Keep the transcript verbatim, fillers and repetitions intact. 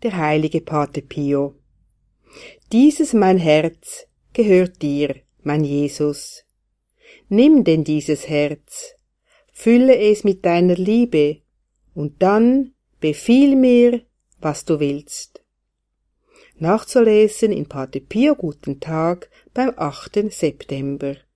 der heilige Pater Pio. Dieses mein Herz gehört dir, mein Jesus. Nimm denn dieses Herz, fülle es mit deiner Liebe, und dann befiehl mir, was du willst. Nachzulesen in Pater Pio Guten Tag beim achten September.